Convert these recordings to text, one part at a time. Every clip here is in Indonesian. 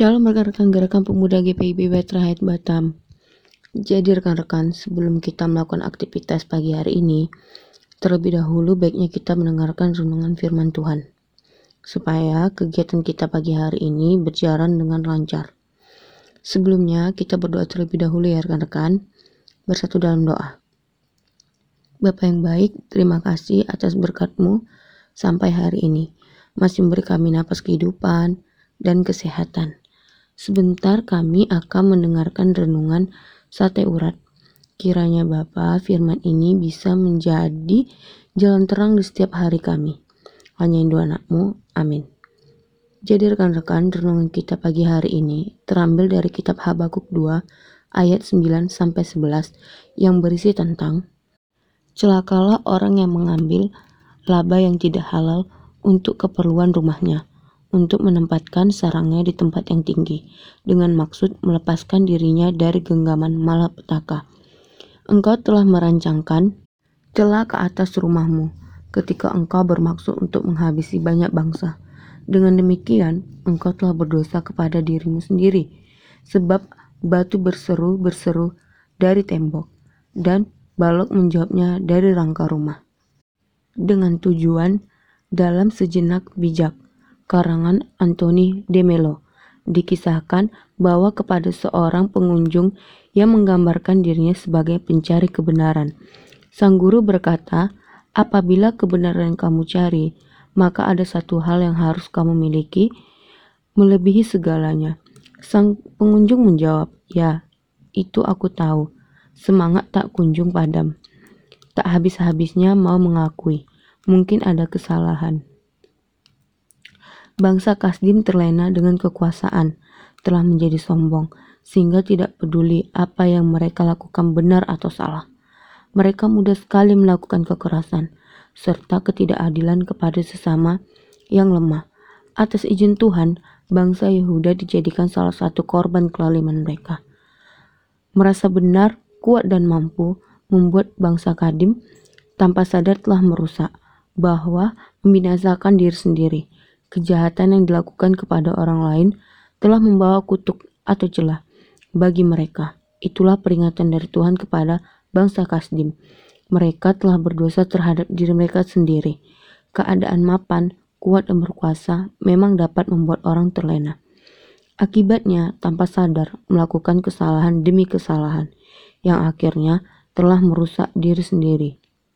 Shalom rekan-rekan gerakan pemuda GPIB Batrahit Batam. Jadi rekan-rekan, sebelum kita melakukan aktivitas pagi hari ini, terlebih dahulu baiknya kita mendengarkan renungan firman Tuhan, supaya kegiatan kita pagi hari ini berjalan dengan lancar. Sebelumnya kita berdoa terlebih dahulu ya rekan-rekan, bersatu dalam doa. Bapa yang baik, terima kasih atas berkat-Mu sampai hari ini, masih memberi kami napas kehidupan dan kesehatan. Sebentar kami akan mendengarkan renungan sate urat. Kiranya Bapa, firman ini bisa menjadi jalan terang di setiap hari kami. Hanya Indu Anak-Mu, amin. Jadi rekan-rekan, renungan kita pagi hari ini terambil dari kitab Habakuk 2 ayat 9-11 yang berisi tentang celakalah orang yang mengambil laba yang tidak halal untuk keperluan rumahnya, untuk menempatkan sarangnya di tempat yang tinggi, dengan maksud melepaskan dirinya dari genggaman malapetaka. Engkau telah merancangkan celah ke atas rumahmu, ketika engkau bermaksud untuk menghabisi banyak bangsa. Dengan demikian, engkau telah berdosa kepada dirimu sendiri, sebab batu berseru dari tembok, dan balok menjawabnya dari rangka rumah. Dengan tujuan dalam sejenak bijak, karangan Anthony de Mello, dikisahkan bahwa kepada seorang pengunjung yang menggambarkan dirinya sebagai pencari kebenaran, sang guru berkata, apabila kebenaran yang kamu cari, maka ada satu hal yang harus kamu miliki, melebihi segalanya. Sang pengunjung menjawab, ya, itu aku tahu. Semangat tak kunjung padam. Tak habis-habisnya mau mengakui, mungkin ada kesalahan. Bangsa Kasdim terlena dengan kekuasaan, telah menjadi sombong, sehingga tidak peduli apa yang mereka lakukan benar atau salah. Mereka mudah sekali melakukan kekerasan, serta ketidakadilan kepada sesama yang lemah. Atas izin Tuhan, bangsa Yehuda dijadikan salah satu korban kelaliman mereka. Merasa benar, kuat dan mampu, membuat bangsa Kadim tanpa sadar telah merusak, bahwa membinasakan diri sendiri. Kejahatan yang dilakukan kepada orang lain telah membawa kutuk atau celah bagi mereka. Itulah peringatan dari Tuhan kepada bangsa Kasdim. Mereka telah berdosa terhadap diri mereka sendiri. Keadaan mapan, kuat dan berkuasa memang dapat membuat orang terlena. Akibatnya, tanpa sadar melakukan kesalahan demi kesalahan, yang akhirnya telah merusak diri sendiri.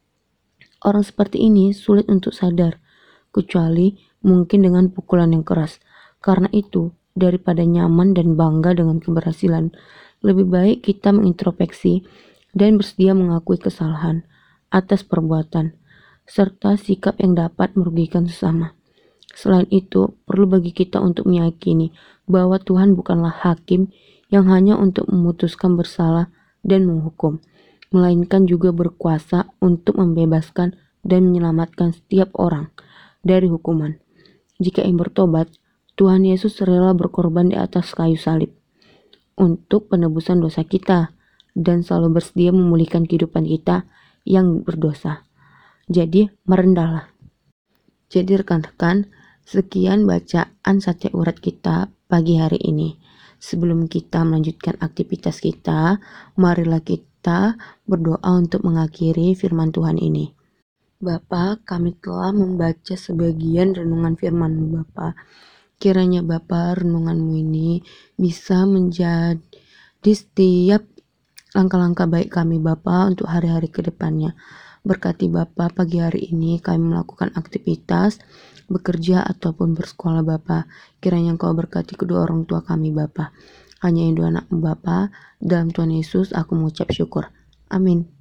Orang seperti ini sulit untuk sadar, kecuali mungkin dengan pukulan yang keras. Karena itu, daripada nyaman dan bangga dengan keberhasilan, lebih baik kita mengintrospeksi dan bersedia mengakui kesalahan atas perbuatan, serta sikap yang dapat merugikan sesama. Selain itu, perlu bagi kita untuk meyakini bahwa Tuhan bukanlah hakim yang hanya untuk memutuskan bersalah dan menghukum, melainkan juga berkuasa untuk membebaskan dan menyelamatkan setiap orang dari hukuman. Jika yang bertobat, Tuhan Yesus rela berkorban di atas kayu salib untuk penebusan dosa kita dan selalu bersedia memulihkan kehidupan kita yang berdosa. Jadi merendahlah. Jadi rekan-rekan, sekian bacaan sate urat kita pagi hari ini. Sebelum kita melanjutkan aktivitas kita, marilah kita berdoa untuk mengakhiri firman Tuhan ini. Bapa, kami telah membaca sebagian renungan firman-Mu Bapa. Kiranya Bapa, renungan-Mu ini bisa menjadi setiap langkah-langkah baik kami Bapa untuk hari-hari ke depannya. Berkati Bapa, pagi hari ini kami melakukan aktivitas, bekerja ataupun bersekolah Bapa. Kiranya Engkau berkati kedua orang tua kami Bapa. Hanya Indu Anak-Mu Bapa, dalam Tuhan Yesus aku mengucap syukur. Amin.